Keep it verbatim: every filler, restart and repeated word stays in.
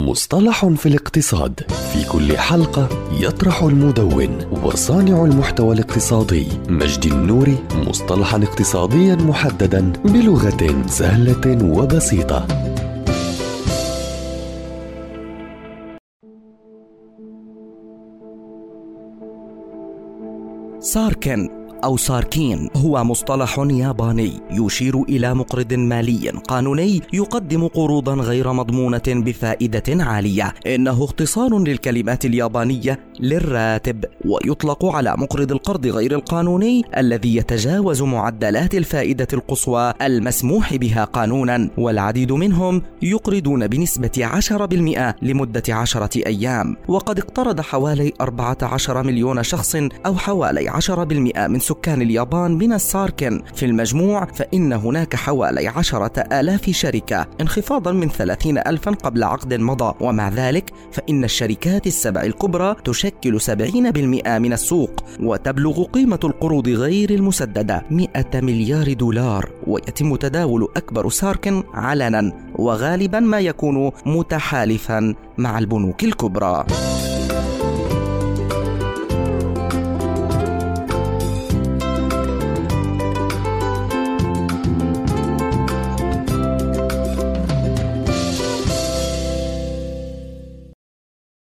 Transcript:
مصطلح في الاقتصاد. في كل حلقة يطرح المدون وصانع المحتوى الاقتصادي مجدي النوري مصطلحا اقتصاديا محددا بلغة سهلة وبسيطة. ساركن أو ساركين هو مصطلح ياباني يشير إلى مقرض مالي قانوني يقدم قروضا غير مضمونة بفائدة عالية. إنه اختصار للكلمات اليابانية للراتب، ويطلق على مقرض القرض غير القانوني الذي يتجاوز معدلات الفائدة القصوى المسموح بها قانونا، والعديد منهم يقرضون بنسبة عشرة بالمئة لمدة عشرة أيام. وقد اقترض حوالي أربعة عشر مليون شخص أو حوالي عشرة بالمئة من سكان اليابان من الساركن. في المجموع فإن هناك حوالي عشرة آلاف شركة، انخفاضا من ثلاثين ألفا قبل عقد مضى. ومع ذلك فإن الشركات السبع الكبرى تشكل سبعين بالمئة من السوق، وتبلغ قيمة القروض غير المسددة مئة مليار دولار. ويتم تداول أكبر ساركن علنا، وغالبا ما يكون متحالفا مع البنوك الكبرى.